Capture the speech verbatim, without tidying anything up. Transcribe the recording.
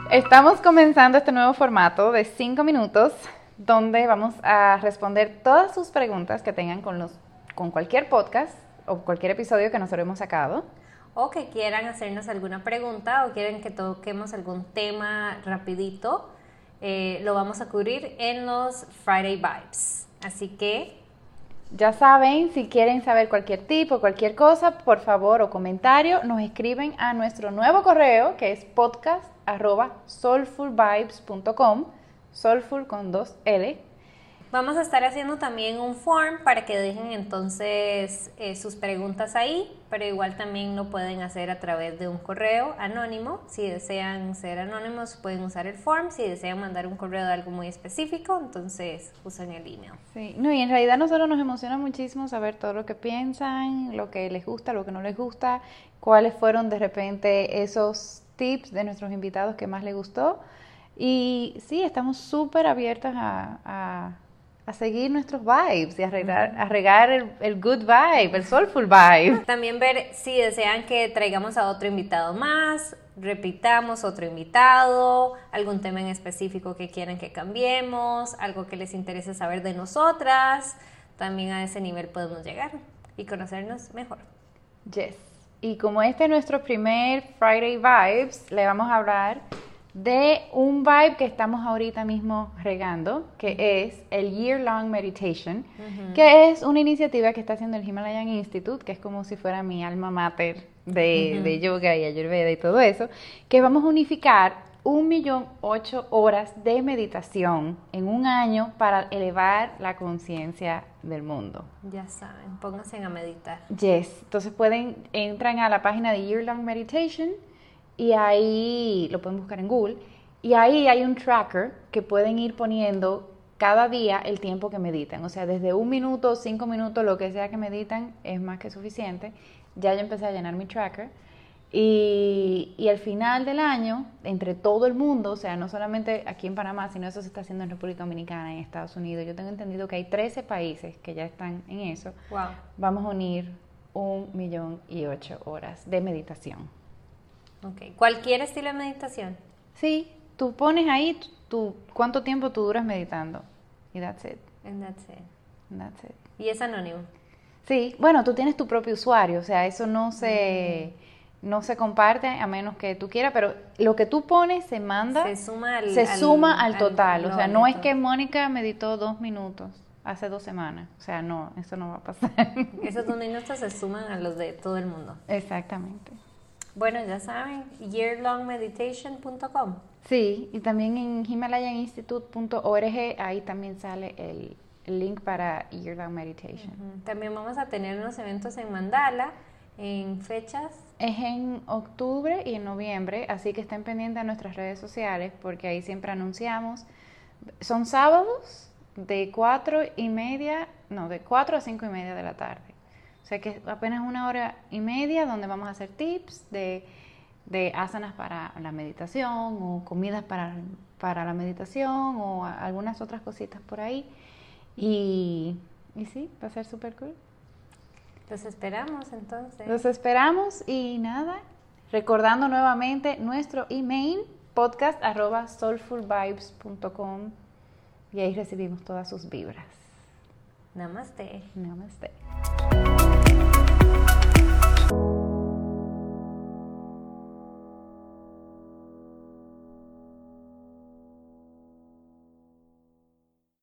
Estamos comenzando este nuevo formato de cinco minutos donde vamos a responder todas sus preguntas que tengan con, los, con cualquier podcast o cualquier episodio que nosotros hemos sacado. O que quieran hacernos alguna pregunta o quieren que toquemos algún tema rapidito, eh, lo vamos a cubrir en los Friday Vibes. Así que ya saben, si quieren saber cualquier tipo, cualquier cosa, por favor, o comentario, nos escriben a nuestro nuevo correo, que es podcast arroba soulfulvibes punto com, soulful con dos L. Vamos a estar haciendo también un form para que dejen entonces eh, sus preguntas ahí, pero igual también lo pueden hacer a través de un correo anónimo. Si desean ser anónimos, pueden usar el form. Si desean mandar un correo de algo muy específico, entonces usen el email. Sí, no, y en realidad a nosotros nos emociona muchísimo saber todo lo que piensan, lo que les gusta, lo que no les gusta, cuáles fueron de repente esos tips de nuestros invitados que más les gustó. Y sí, estamos súper abiertas a... a a seguir nuestros vibes y a regar, a regar el, el good vibe, el soulful vibe. También ver si desean que traigamos a otro invitado más, repitamos otro invitado, algún tema en específico que quieran que cambiemos, algo que les interese saber de nosotras. También a ese nivel podemos llegar y conocernos mejor. Yes. Y como este es nuestro primer Friday Vibes, le vamos a hablar de un vibe que estamos ahorita mismo regando, que es el Year Long Meditation, uh-huh. que es una iniciativa que está haciendo el Himalayan Institute, que es como si fuera mi alma mater de, uh-huh. de yoga y ayurveda y todo eso, que vamos a unificar un millón ocho horas de meditación en un año para elevar la conciencia del mundo. Ya saben, pónganse a meditar. Yes, entonces pueden, entran a la página de Year Long Meditation, y ahí lo pueden buscar en Google, y ahí hay un tracker que pueden ir poniendo cada día el tiempo que meditan, o sea, desde un minuto, cinco minutos, lo que sea que meditan, es más que suficiente. Ya yo empecé a llenar mi tracker, y, y al final del año, entre todo el mundo, o sea, no solamente aquí en Panamá, sino eso se está haciendo en República Dominicana, en Estados Unidos, yo tengo entendido que hay trece países que ya están en eso. Wow. Vamos a unir un millón y ocho horas de meditación. Okay. ¿Cualquier estilo de meditación? Sí, tú pones ahí tu, cuánto tiempo tú duras meditando y that's it. And that's it. And that's it. ¿Y es anónimo? Sí, bueno, tú tienes tu propio usuario, o sea, eso no se, mm. no se comparte a menos que tú quieras, pero lo que tú pones se manda, se suma al, se al, suma al total, al, o sea, no es que Mónica meditó dos minutos hace dos semanas, o sea, no, eso no va a pasar. Esos dos minutos se suman a los de todo el mundo. Exactamente. Bueno, ya saben, year long meditation punto com. Sí, y también en himalayan institute punto org, ahí también sale el, el link para Year Long Meditation. Uh-huh. También vamos a tener unos eventos en Mandala, en fechas. Es en octubre y en noviembre, así que estén pendientes a nuestras redes sociales, porque ahí siempre anunciamos. Son sábados de cuatro y media, no, de cuatro a cinco y media de la tarde. O sea que apenas una hora y media donde vamos a hacer tips de, de asanas para la meditación o comidas para, para la meditación o algunas otras cositas por ahí. Y, y sí, va a ser súper cool. Los esperamos entonces. Los esperamos y nada, recordando nuevamente nuestro email, podcast arroba soulfulvibes punto com, y ahí recibimos todas sus vibras. Namaste. Namaste.